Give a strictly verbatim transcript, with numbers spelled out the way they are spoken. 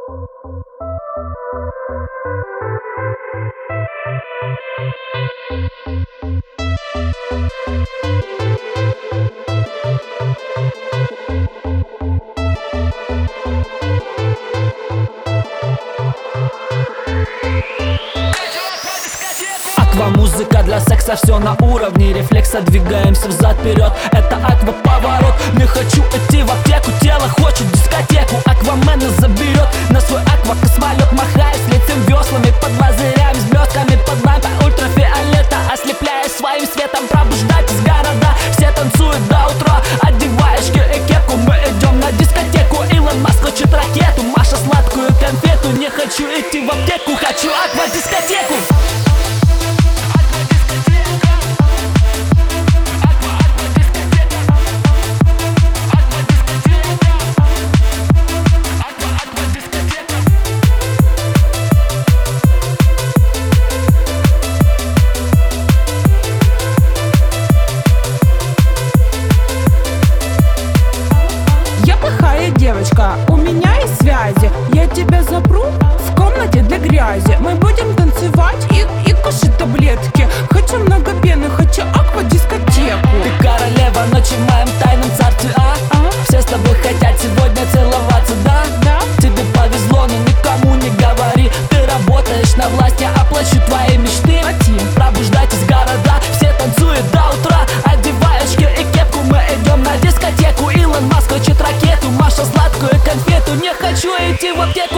Аква-музыка для секса, все на уровне рефлекса. Двигаемся взад-вперед, это аква-поворот. Не хочу идти в аптеку, тело хочет дискотеку. Аквамена заберет на свой аква-космолет. Махаясь, летим веслами под лазерями, с блестками под лампой ультрафиолета. Ослепляя своим светом, пробуждать из города. Все танцуют до утра, одеваешь и кепку. Мы идем на дискотеку, Илон Маск хочет ракету. Маша сладкую конфету, не хочу идти в аптеку, хочу аква-дискотеку. Девочка, у меня есть связи. Я тебя запру в комнате для грязи. Мы будем танцевать и, и кушать таблетки. Хочу много пены, хочу аква-дискотеку. Ты королева ночи в моем тайном царстве, а? а? Все с тобой хотят сегодня целоваться, да? Да. Тебе повезло, но никому не говори. Ты работаешь на власть, я оплачу твои мечты. Плати. Пробуждать из города, все танцуют до утра. Одевай очки и кепку, мы идем на дискотеку. Илон Маск хочет ракету, Маша сладкую конфету. Не хочу идти в аптеку.